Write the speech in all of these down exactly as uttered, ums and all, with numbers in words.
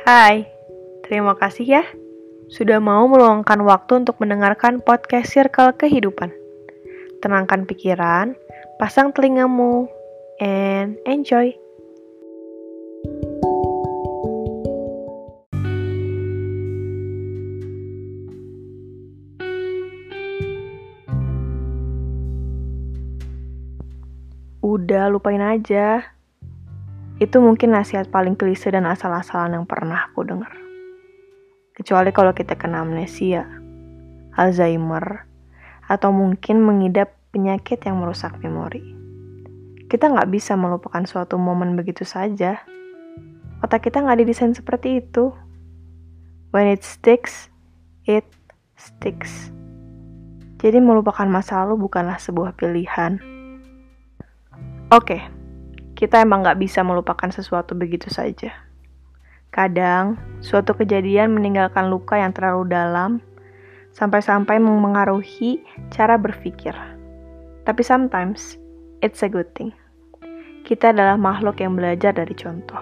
Hai, terima kasih ya sudah mau meluangkan waktu untuk mendengarkan podcast Circle Kehidupan. Tenangkan pikiran, pasang telingamu, and enjoy. Udah, lupain aja. Itu mungkin nasihat paling klise dan asal-asalan yang pernah aku dengar. Kecuali kalau kita kena amnesia, Alzheimer, atau mungkin mengidap penyakit yang merusak memori. Kita nggak bisa melupakan suatu momen begitu saja. Otak kita nggak didesain seperti itu. When it sticks, it sticks. Jadi melupakan masa lalu bukanlah sebuah pilihan. Oke, kita emang nggak bisa melupakan sesuatu begitu saja. Kadang, suatu kejadian meninggalkan luka yang terlalu dalam, sampai-sampai memengaruhi cara berpikir. Tapi sometimes, it's a good thing. Kita adalah makhluk yang belajar dari contoh.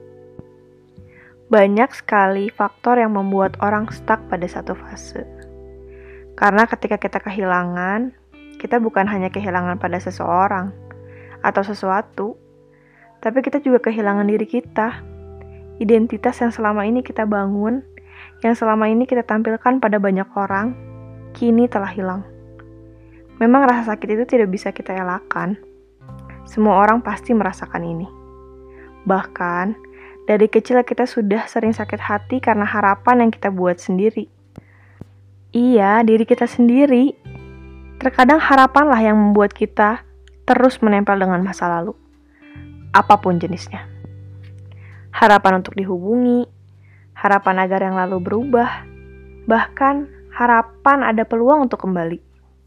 Banyak sekali faktor yang membuat orang stuck pada satu fase. Karena ketika kita kehilangan, kita bukan hanya kehilangan pada seseorang atau sesuatu, tapi kita juga kehilangan diri kita. Identitas yang selama ini kita bangun, yang selama ini kita tampilkan pada banyak orang, kini telah hilang. Memang rasa sakit itu tidak bisa kita elakkan. Semua orang pasti merasakan ini. Bahkan, dari kecil kita sudah sering sakit hati karena harapan yang kita buat sendiri. Iya, diri kita sendiri. Terkadang harapanlah yang membuat kita terus menempel dengan masa lalu. Apapun jenisnya. Harapan untuk dihubungi, harapan agar yang lalu berubah, bahkan harapan ada peluang untuk kembali.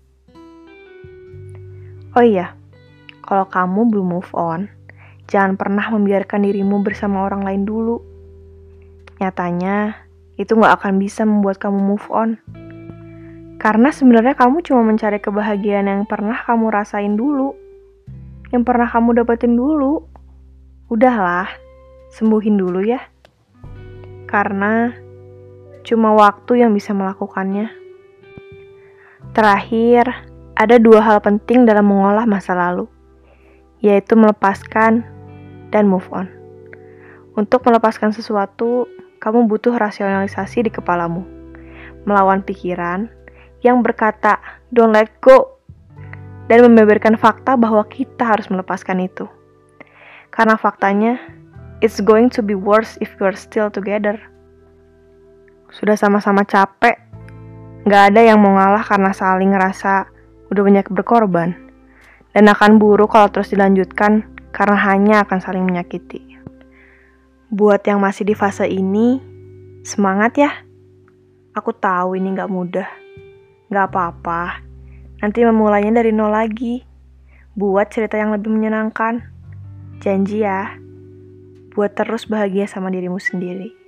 Oh iya, kalau kamu belum move on, jangan pernah membiarkan dirimu bersama orang lain dulu. Nyatanya, itu gak akan bisa membuat kamu move on. Karena sebenarnya kamu cuma mencari kebahagiaan yang pernah kamu rasain dulu, yang pernah kamu dapetin dulu. Udahlah, sembuhin dulu ya. Karena cuma waktu yang bisa melakukannya. Terakhir, ada dua hal penting dalam mengolah masa lalu, yaitu melepaskan dan move on. Untuk melepaskan sesuatu, kamu butuh rasionalisasi di kepalamu, melawan pikiran yang berkata, don't let go, dan membeberkan fakta bahwa kita harus melepaskan itu. Karena faktanya, it's going to be worse if we are still together. Sudah sama-sama capek, gak ada yang mau ngalah karena saling ngerasa udah banyak berkorban, dan akan buruk kalau terus dilanjutkan karena hanya akan saling menyakiti. Buat yang masih di fase ini, semangat ya. Aku tahu ini gak mudah. Gak apa-apa, nanti memulainya dari nol lagi. Buat cerita yang lebih menyenangkan. Janji ya, buat terus bahagia sama dirimu sendiri.